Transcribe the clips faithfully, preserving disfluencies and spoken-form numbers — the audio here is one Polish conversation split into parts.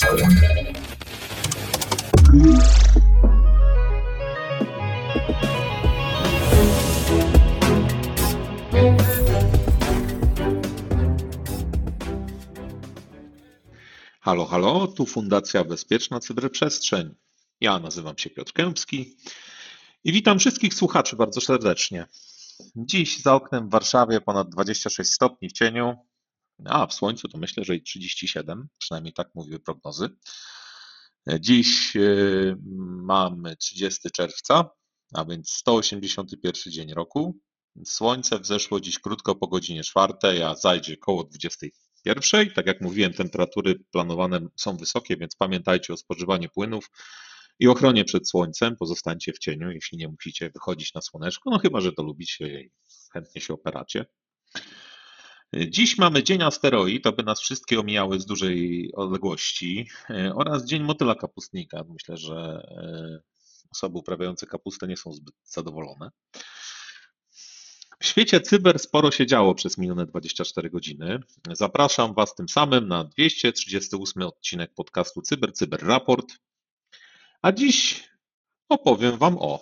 Halo, halo, tu Fundacja Bezpieczna Cyberprzestrzeń. Ja nazywam się Piotr Kępski i witam wszystkich słuchaczy bardzo serdecznie. Dziś za oknem w Warszawie ponad dwadzieścia sześć stopni w cieniu, a w słońcu to myślę, że i trzydzieści siedem, przynajmniej tak mówiły prognozy. Dziś yy, mamy trzydziestego czerwca, a więc sto osiemdziesiąty pierwszy dzień roku. Słońce wzeszło dziś krótko po godzinie czwartej, a zajdzie koło dwudziestej pierwszej. Tak jak mówiłem, temperatury planowane są wysokie, więc pamiętajcie o spożywaniu płynów i ochronie przed słońcem. Pozostańcie w cieniu, jeśli nie musicie wychodzić na słoneczko, no chyba że to lubicie i chętnie się operacie. Dziś mamy Dzień Asteroid, aby nas wszystkie omijały z dużej odległości, oraz Dzień Motyla Kapustnika. Myślę, że osoby uprawiające kapustę nie są zbyt zadowolone. W świecie cyber sporo się działo przez minione dwadzieścia cztery godziny. Zapraszam Was tym samym na dwieście trzydziesty ósmy odcinek podcastu Cyber Cyber Raport. A dziś opowiem Wam o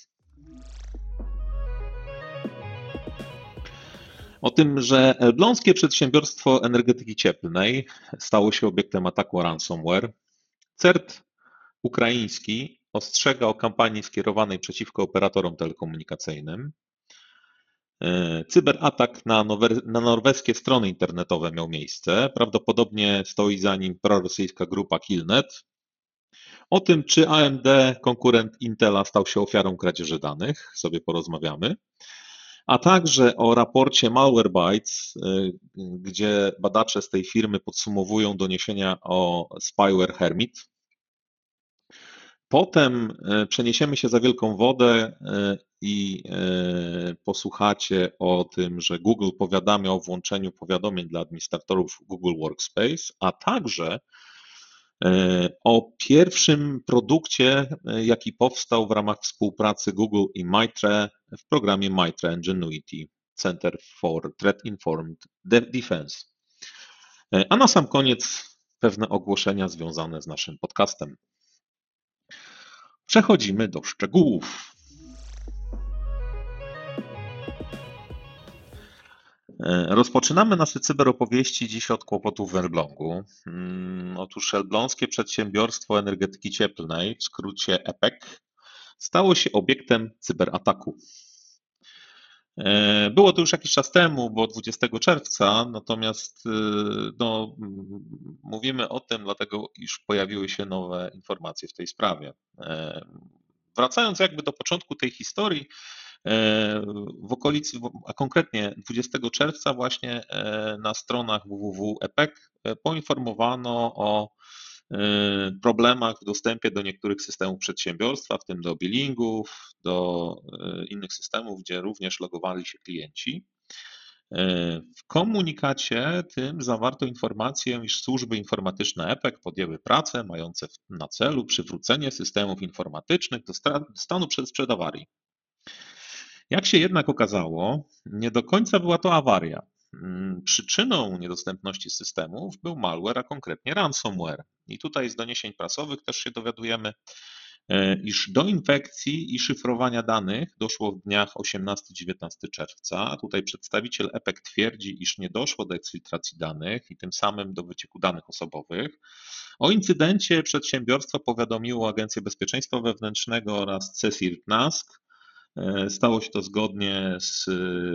o tym, że elbląskie przedsiębiorstwo energetyki cieplnej stało się obiektem ataku ransomware. CERT ukraiński ostrzega o kampanii skierowanej przeciwko operatorom telekomunikacyjnym. Cyberatak na, nowe- na norweskie strony internetowe miał miejsce. Prawdopodobnie stoi za nim prorosyjska grupa Killnet. O tym, czy A M D, konkurent Intela, stał się ofiarą kradzieży danych, sobie porozmawiamy. A także o raporcie Malwarebytes, gdzie badacze z tej firmy podsumowują doniesienia o Spyware Hermit. Potem przeniesiemy się za wielką wodę i posłuchacie o tym, że Google powiadamia o włączeniu powiadomień dla administratorów Google Workspace, a także o pierwszym produkcie, jaki powstał w ramach współpracy Google i Mitre w programie Mitre Ingenuity Center for Threat Informed Defense. A na sam koniec pewne ogłoszenia związane z naszym podcastem. Przechodzimy do szczegółów. Rozpoczynamy nasze cyberopowieści dziś od kłopotów w Elblągu. Otóż elbląskie przedsiębiorstwo energetyki cieplnej, w skrócie E P E C, stało się obiektem cyberataku. Było to już jakiś czas temu, bo dwudziestego czerwca, natomiast no, mówimy o tym dlatego, iż pojawiły się nowe informacje w tej sprawie. Wracając jakby do początku tej historii, w okolicy, a konkretnie dwudziestego czerwca właśnie na stronach w w w kropka e p e c poinformowano o problemach w dostępie do niektórych systemów przedsiębiorstwa, w tym do billingów, do innych systemów, gdzie również logowali się klienci. W komunikacie tym zawarto informację, iż służby informatyczne E P E C podjęły prace mające na celu przywrócenie systemów informatycznych do stanu przed awarii. Jak się jednak okazało, nie do końca była to awaria. Przyczyną niedostępności systemów był malware, a konkretnie ransomware. I tutaj z doniesień prasowych też się dowiadujemy, iż do infekcji i szyfrowania danych doszło w dniach osiemnastego dziewiętnastego czerwca. Tutaj przedstawiciel E P E C twierdzi, iż nie doszło do eksfiltracji danych i tym samym do wycieku danych osobowych. O incydencie przedsiębiorstwo powiadomiło Agencję Bezpieczeństwa Wewnętrznego oraz CSIRT-NASK. Stało się to zgodnie z,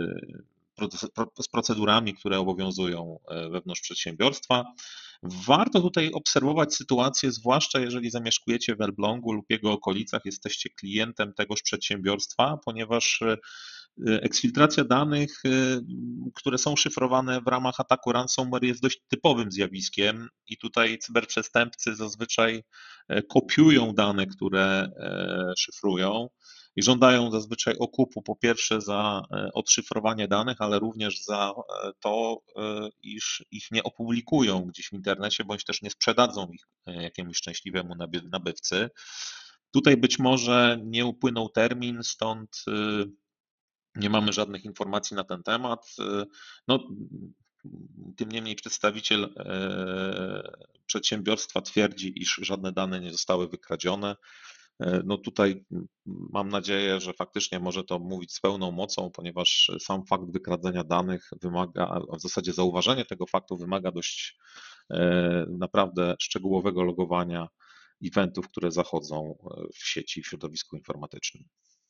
z procedurami, które obowiązują wewnątrz przedsiębiorstwa. Warto tutaj obserwować sytuację, zwłaszcza jeżeli zamieszkujecie w Elblągu lub jego okolicach, jesteście klientem tegoż przedsiębiorstwa, ponieważ eksfiltracja danych, które są szyfrowane w ramach ataku ransomware, jest dość typowym zjawiskiem i tutaj cyberprzestępcy zazwyczaj kopiują dane, które szyfrują i żądają zazwyczaj okupu po pierwsze za odszyfrowanie danych, ale również za to, iż ich nie opublikują gdzieś w internecie, bądź też nie sprzedadzą ich jakiemuś szczęśliwemu nabywcy. Tutaj być może nie upłynął termin, stąd nie mamy żadnych informacji na ten temat. No, Tym niemniej przedstawiciel przedsiębiorstwa twierdzi, iż żadne dane nie zostały wykradzione. No tutaj mam nadzieję, że faktycznie może to mówić z pełną mocą, ponieważ sam fakt wykradzenia danych wymaga, a w zasadzie zauważenie tego faktu wymaga dość naprawdę szczegółowego logowania eventów, które zachodzą w sieci, w środowisku informatycznym.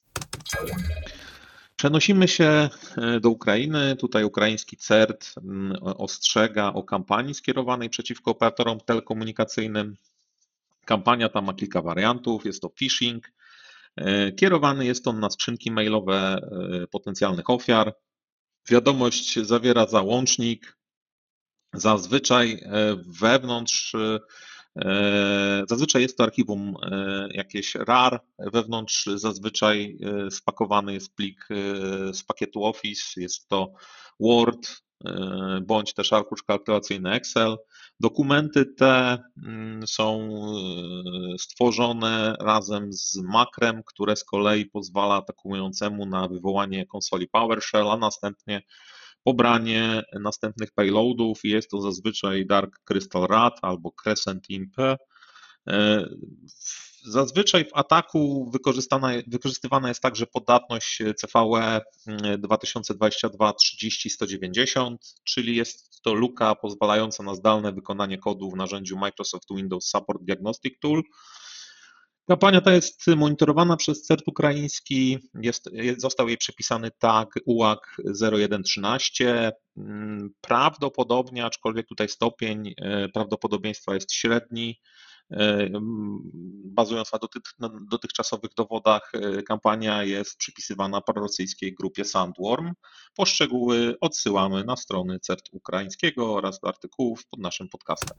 Przenosimy się do Ukrainy. Tutaj ukraiński CERT ostrzega o kampanii skierowanej przeciwko operatorom telekomunikacyjnym. Kampania ta ma kilka wariantów. Jest to phishing. Kierowany jest on na skrzynki mailowe potencjalnych ofiar. Wiadomość zawiera załącznik. Zazwyczaj wewnątrz Zazwyczaj jest to archiwum jakieś R A R, wewnątrz zazwyczaj spakowany jest plik z pakietu Office, jest to Word bądź też arkusz kalkulacyjny Excel. Dokumenty te są stworzone razem z makrem, które z kolei pozwala atakującemu na wywołanie konsoli PowerShell, a następnie pobranie następnych payloadów. Jest to zazwyczaj Dark Crystal Rat albo Crescent Imp. Zazwyczaj w ataku wykorzystana, wykorzystywana jest także podatność C V E dwa tysiące dwadzieścia dwa trzydzieści sto dziewięćdziesiąt, czyli jest to luka pozwalająca na zdalne wykonanie kodu w narzędziu Microsoft Windows Support Diagnostic Tool. Kampania ta jest monitorowana przez CERT ukraiński, jest, został jej przypisany tag U A K zero jeden trzynaście. Prawdopodobnie, aczkolwiek tutaj stopień prawdopodobieństwa jest średni, bazując na, doty, na dotychczasowych dowodach, kampania jest przypisywana prorosyjskiej grupie Sandworm. Poszczegóły odsyłamy na strony CERT ukraińskiego oraz do artykułów pod naszym podcastem.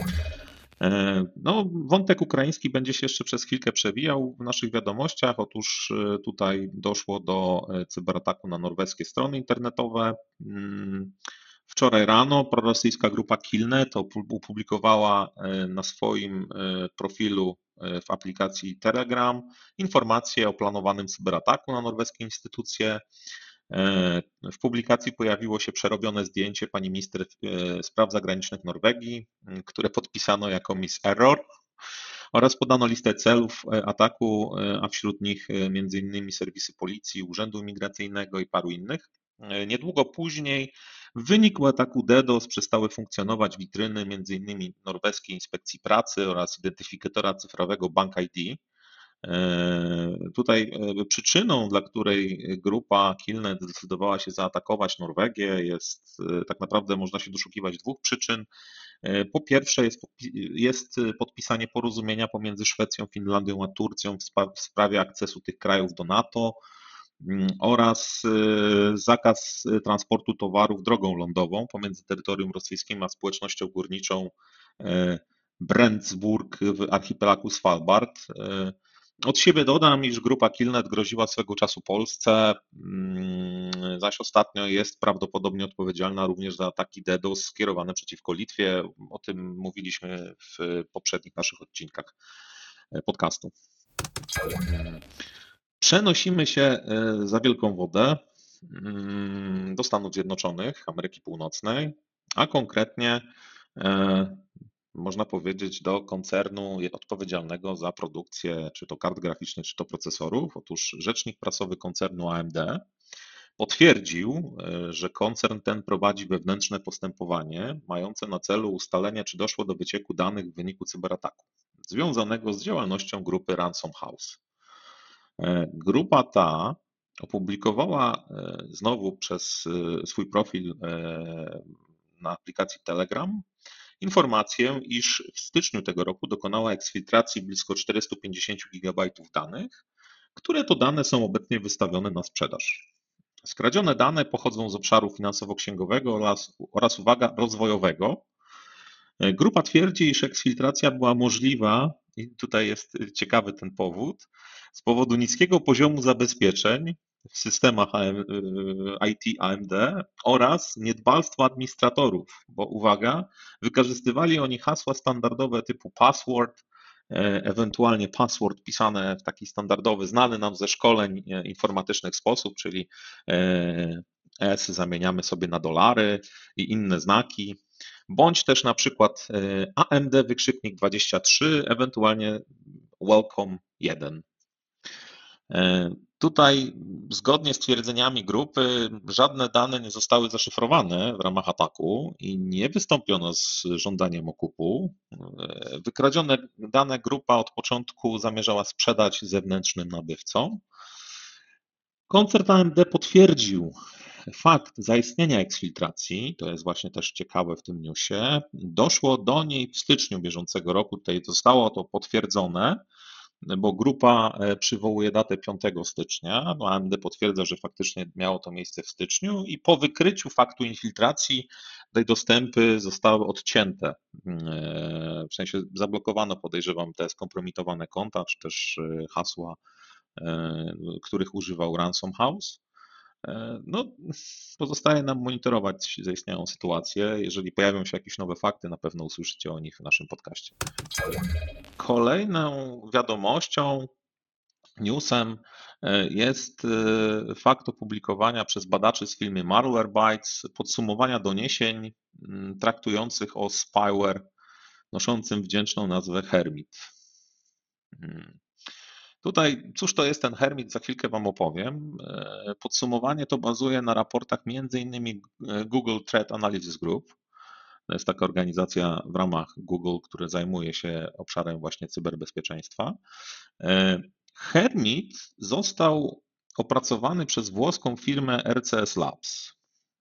No, wątek ukraiński będzie się jeszcze przez chwilkę przewijał w naszych wiadomościach. Otóż tutaj doszło do cyberataku na norweskie strony internetowe. Wczoraj rano prorosyjska grupa Killnet opublikowała na swoim profilu w aplikacji Telegram informacje o planowanym cyberataku na norweskie instytucje. W publikacji pojawiło się przerobione zdjęcie pani minister spraw zagranicznych Norwegii, które podpisano jako Miss Error, oraz podano listę celów ataku, a wśród nich między innymi serwisy policji, urzędu imigracyjnego i paru innych. Niedługo później w wyniku ataku DDoS przestały funkcjonować witryny między innymi norweskiej inspekcji pracy oraz identyfikatora cyfrowego Bank I D. Tutaj przyczyną, dla której grupa Killnet zdecydowała się zaatakować Norwegię, jest tak naprawdę można się doszukiwać dwóch przyczyn. Po pierwsze jest, jest podpisanie porozumienia pomiędzy Szwecją, Finlandią a Turcją w sprawie akcesu tych krajów do NATO oraz zakaz transportu towarów drogą lądową pomiędzy terytorium rosyjskim a społecznością górniczą Brentsburg w archipelagu Svalbard. Od siebie dodam, iż grupa Killnet groziła swego czasu Polsce, zaś ostatnio jest prawdopodobnie odpowiedzialna również za ataki DDoS skierowane przeciwko Litwie. O tym mówiliśmy w poprzednich naszych odcinkach podcastu. Przenosimy się za wielką wodę do Stanów Zjednoczonych, Ameryki Północnej, a konkretnie można powiedzieć do koncernu odpowiedzialnego za produkcję czy to kart graficznych, czy to procesorów. Otóż rzecznik prasowy koncernu A M D potwierdził, że koncern ten prowadzi wewnętrzne postępowanie mające na celu ustalenie, czy doszło do wycieku danych w wyniku cyberataku związanego z działalnością grupy Ransom House. Grupa ta opublikowała znowu przez swój profil na aplikacji Telegram informację, iż w styczniu tego roku dokonała eksfiltracji blisko czterysta pięćdziesiąt gigabajtów danych, które to dane są obecnie wystawione na sprzedaż. Skradzione dane pochodzą z obszaru finansowo-księgowego oraz, oraz uwaga, rozwojowego. Grupa twierdzi, iż eksfiltracja była możliwa, i tutaj jest ciekawy ten powód, z powodu niskiego poziomu zabezpieczeń w systemach I T A M D oraz niedbalstwa administratorów, bo uwaga, wykorzystywali oni hasła standardowe typu password, ewentualnie password pisane w taki standardowy, znany nam ze szkoleń informatycznych sposób, czyli S zamieniamy sobie na dolary i inne znaki, bądź też na przykład A M D wykrzyknik dwadzieścia trzy, ewentualnie welcome jeden. Tutaj zgodnie z twierdzeniami grupy żadne dane nie zostały zaszyfrowane w ramach ataku i nie wystąpiono z żądaniem okupu. Wykradzione dane grupa od początku zamierzała sprzedać zewnętrznym nabywcom. Koncern A M D potwierdził fakt zaistnienia eksfiltracji, to jest właśnie też ciekawe w tym newsie. Doszło do niej w styczniu bieżącego roku, tutaj zostało to potwierdzone, bo grupa przywołuje datę piątego stycznia, no A M D potwierdza, że faktycznie miało to miejsce w styczniu i po wykryciu faktu infiltracji te dostępy zostały odcięte, w sensie zablokowano, podejrzewam, te skompromitowane konta, czy też hasła, których używał Ransom House. No, pozostaje nam monitorować zaistniałą sytuację. Jeżeli pojawią się jakieś nowe fakty, na pewno usłyszycie o nich w naszym podcaście. Kolejną wiadomością, newsem jest fakt opublikowania przez badaczy z firmy Malwarebytes podsumowania doniesień traktujących o spyware noszącym wdzięczną nazwę Hermit. Tutaj, cóż to jest ten Hermit, za chwilkę Wam opowiem. Podsumowanie to bazuje na raportach między innymi Google Threat Analysis Group. To jest taka organizacja w ramach Google, która zajmuje się obszarem właśnie cyberbezpieczeństwa. Hermit został opracowany przez włoską firmę R C S Labs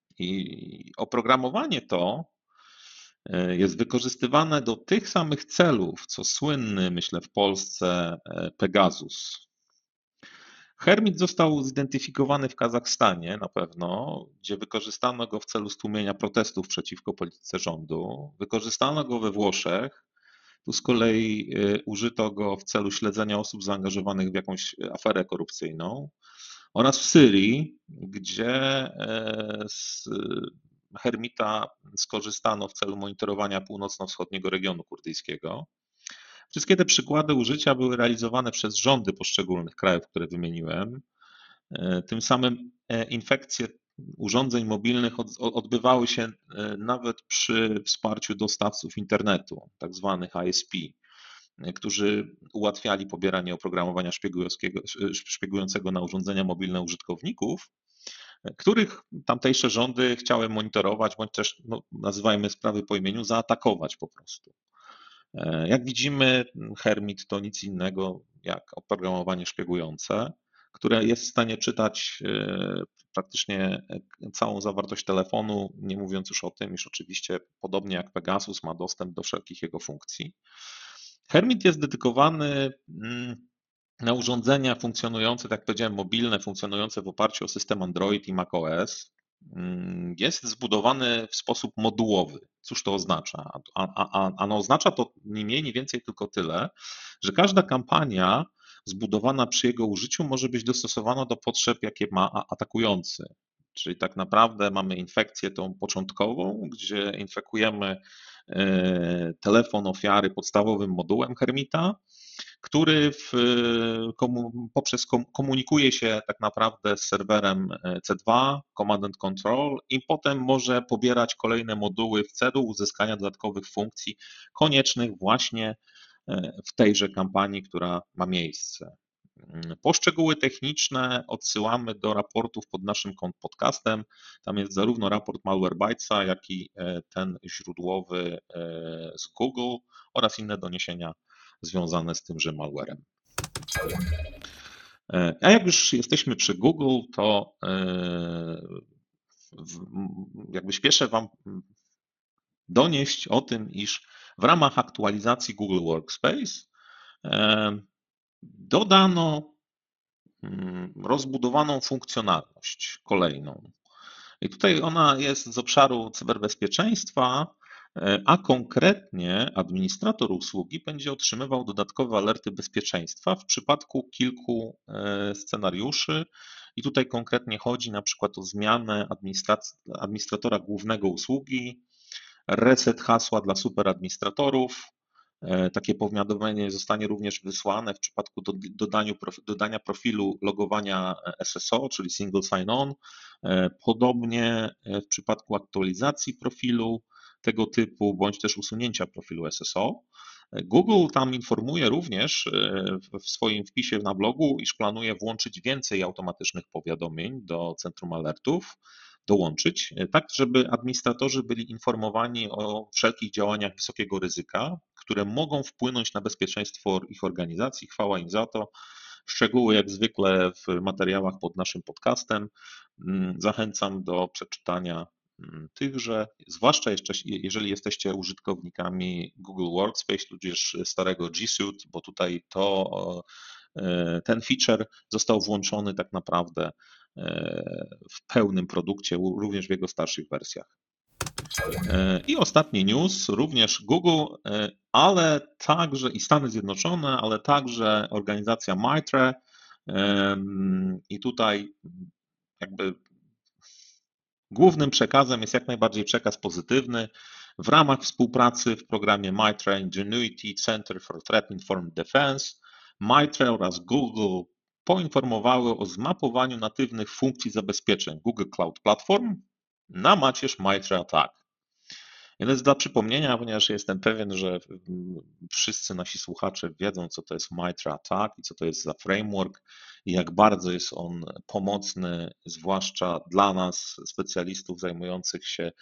i oprogramowanie to jest wykorzystywane do tych samych celów, co słynny, myślę, w Polsce Pegasus. Hermit został zidentyfikowany w Kazachstanie na pewno, gdzie wykorzystano go w celu stłumienia protestów przeciwko polityce rządu. Wykorzystano go we Włoszech. Tu z kolei użyto go w celu śledzenia osób zaangażowanych w jakąś aferę korupcyjną. Oraz w Syrii, gdzie z Hermita skorzystano w celu monitorowania północno-wschodniego regionu kurdyjskiego. Wszystkie te przykłady użycia były realizowane przez rządy poszczególnych krajów, które wymieniłem. Tym samym infekcje urządzeń mobilnych odbywały się nawet przy wsparciu dostawców internetu, tak zwanych I S P, którzy ułatwiali pobieranie oprogramowania szpiegującego na urządzenia mobilne użytkowników, których tamtejsze rządy chciały monitorować, bądź też, no, nazywajmy sprawy po imieniu, zaatakować po prostu. Jak widzimy, Hermit to nic innego jak oprogramowanie szpiegujące, które jest w stanie czytać praktycznie całą zawartość telefonu, nie mówiąc już o tym, iż oczywiście podobnie jak Pegasus ma dostęp do wszelkich jego funkcji. Hermit jest dedykowany na urządzenia funkcjonujące, tak jak powiedziałem, mobilne, funkcjonujące w oparciu o system Android i macOS. Jest zbudowany w sposób modułowy. Cóż to oznacza? A, a, a no oznacza to nie mniej, nie więcej tylko tyle, że każda kampania zbudowana przy jego użyciu może być dostosowana do potrzeb, jakie ma atakujący. Czyli tak naprawdę mamy infekcję tą początkową, gdzie infekujemy telefon ofiary podstawowym modułem Hermita, który w, poprzez komunikuje się tak naprawdę z serwerem C dwa, Command and Control, i potem może pobierać kolejne moduły w celu uzyskania dodatkowych funkcji koniecznych właśnie w tejże kampanii, która ma miejsce. Poszczegóły techniczne odsyłamy do raportów pod naszym podcastem. Tam jest zarówno raport Malwarebytesa, jak i ten źródłowy z Google oraz inne doniesienia związane z tymże malwarem. A jak już jesteśmy przy Google, to jakby śpieszę Wam donieść o tym, iż w ramach aktualizacji Google Workspace dodano rozbudowaną funkcjonalność kolejną. I tutaj ona jest z obszaru cyberbezpieczeństwa, a konkretnie administrator usługi będzie otrzymywał dodatkowe alerty bezpieczeństwa w przypadku kilku scenariuszy. I tutaj konkretnie chodzi na przykład o zmianę administratora głównego usługi, reset hasła dla superadministratorów, Takie powiadomienie zostanie również wysłane w przypadku dodaniu, dodania profilu logowania S S O, czyli Single Sign-On. Podobnie w przypadku aktualizacji profilu tego typu, bądź też usunięcia profilu S S O. Google tam informuje również w swoim wpisie na blogu, iż planuje włączyć więcej automatycznych powiadomień do centrum alertów, dołączyć, tak żeby administratorzy byli informowani o wszelkich działaniach wysokiego ryzyka, które mogą wpłynąć na bezpieczeństwo ich organizacji. Chwała im za to. Szczegóły jak zwykle w materiałach pod naszym podcastem. Zachęcam do przeczytania tychże, zwłaszcza jeszcze jeżeli jesteście użytkownikami Google Workspace, tudzież starego G Suite, bo tutaj to ten feature został włączony tak naprawdę w pełnym produkcie, również w jego starszych wersjach. I ostatni news, również Google, ale także i Stany Zjednoczone, ale także organizacja MITRE. I tutaj jakby głównym przekazem jest jak najbardziej przekaz pozytywny. W ramach współpracy w programie MITRE Ingenuity Center for Threat Informed Defense, MITRE oraz Google poinformowały o zmapowaniu natywnych funkcji zabezpieczeń Google Cloud Platform na macierz MITRE ATT&CK. Więc dla przypomnienia, ponieważ jestem pewien, że wszyscy nasi słuchacze wiedzą, co to jest MITRE ATT&CK i co to jest za framework i jak bardzo jest on pomocny, zwłaszcza dla nas, specjalistów zajmujących się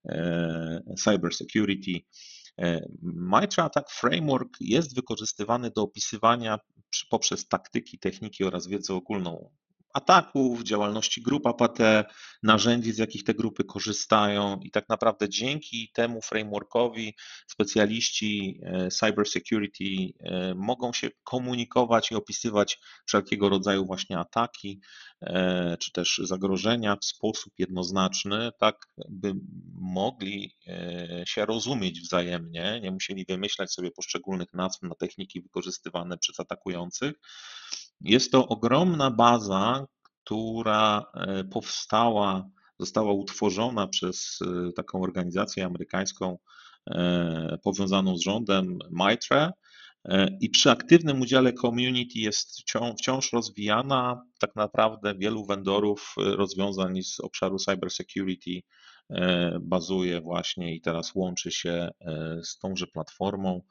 cyber security. MITRE ATT&CK Framework jest wykorzystywany do opisywania poprzez taktyki, techniki oraz wiedzę ogólną ataków, działalności grup A P T, narzędzi, z jakich te grupy korzystają i tak naprawdę dzięki temu frameworkowi specjaliści cyber security mogą się komunikować i opisywać wszelkiego rodzaju właśnie ataki czy też zagrożenia w sposób jednoznaczny, tak by mogli się rozumieć wzajemnie, nie musieli wymyślać sobie poszczególnych nazw na techniki wykorzystywane przez atakujących. Jest to ogromna baza, która powstała, została utworzona przez taką organizację amerykańską powiązaną z rządem MITRE i przy aktywnym udziale community jest wciąż rozwijana. Tak naprawdę wielu vendorów rozwiązań z obszaru cyber security bazuje właśnie i teraz łączy się z tąże platformą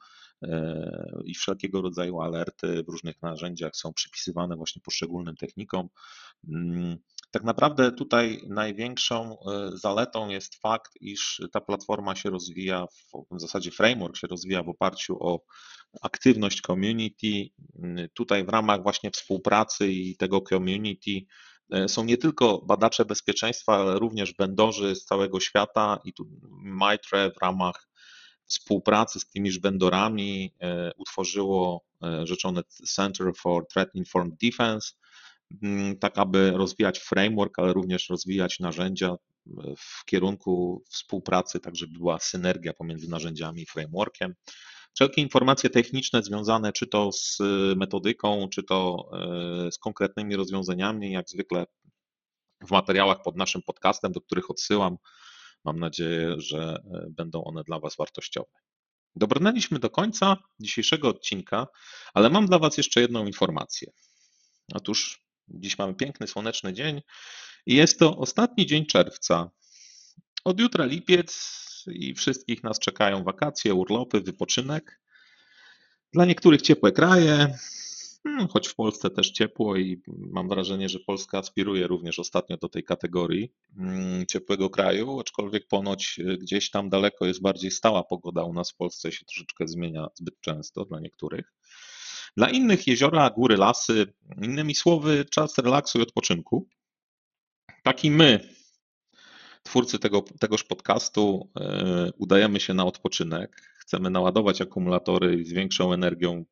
i wszelkiego rodzaju alerty w różnych narzędziach są przypisywane właśnie poszczególnym technikom. Tak naprawdę tutaj największą zaletą jest fakt, iż ta platforma się rozwija, w zasadzie framework się rozwija w oparciu o aktywność community. Tutaj w ramach właśnie współpracy i tego community są nie tylko badacze bezpieczeństwa, ale również vendorzy z całego świata i tu MITRE w ramach współpracy z tymiż vendorami utworzyło rzeczone Center for Threat Informed Defense, tak aby rozwijać framework, ale również rozwijać narzędzia w kierunku współpracy, tak żeby była synergia pomiędzy narzędziami i frameworkiem. Wszelkie informacje techniczne związane czy to z metodyką, czy to z konkretnymi rozwiązaniami, jak zwykle w materiałach pod naszym podcastem, do których odsyłam. Mam nadzieję, że będą one dla Was wartościowe. Dobrnęliśmy do końca dzisiejszego odcinka, ale mam dla Was jeszcze jedną informację. Otóż dziś mamy piękny, słoneczny dzień i jest to ostatni dzień czerwca. Od jutra lipiec i wszystkich nas czekają wakacje, urlopy, wypoczynek. Dla niektórych ciepłe kraje, choć w Polsce też ciepło i mam wrażenie, że Polska aspiruje również ostatnio do tej kategorii ciepłego kraju, aczkolwiek ponoć gdzieś tam daleko jest bardziej stała pogoda, u nas w Polsce się troszeczkę zmienia zbyt często dla niektórych. Dla innych jeziora, góry, lasy, innymi słowy czas relaksu i odpoczynku. Taki my, twórcy tego, tegoż podcastu, udajemy się na odpoczynek. Chcemy naładować akumulatory z większą energią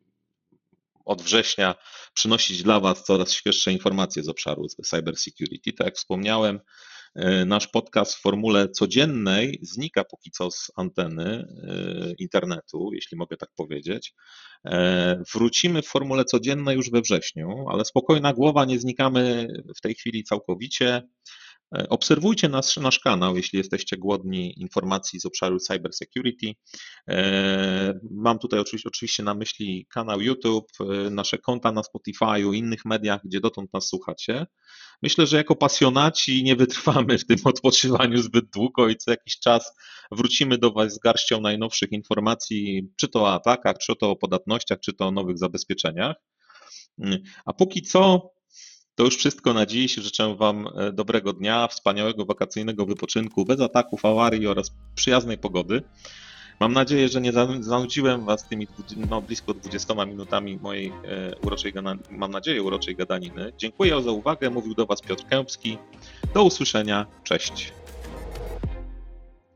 od września przynosić dla Was coraz świeższe informacje z obszaru cyber security. Tak jak wspomniałem, nasz podcast w formule codziennej znika póki co z anteny internetu, jeśli mogę tak powiedzieć. Wrócimy w formule codziennej już we wrześniu, ale spokojna głowa, nie znikamy w tej chwili całkowicie. Obserwujcie nasz, nasz kanał, jeśli jesteście głodni informacji z obszaru cybersecurity. Mam tutaj oczywiście, oczywiście na myśli kanał YouTube, nasze konta na Spotify'u, innych mediach, gdzie dotąd nas słuchacie. Myślę, że jako pasjonaci nie wytrwamy w tym odpoczywaniu zbyt długo i co jakiś czas wrócimy do Was z garścią najnowszych informacji, czy to o atakach, czy to o podatnościach, czy to o nowych zabezpieczeniach. A póki co, to już wszystko na dziś. Życzę Wam dobrego dnia, wspaniałego wakacyjnego wypoczynku, bez ataków, awarii oraz przyjaznej pogody. Mam nadzieję, że nie zanudziłem Was tymi no, blisko dwudziestoma minutami mojej e, uroczej, mam nadzieję, uroczej gadaniny. Dziękuję za uwagę. Mówił do Was Piotr Kępski. Do usłyszenia. Cześć.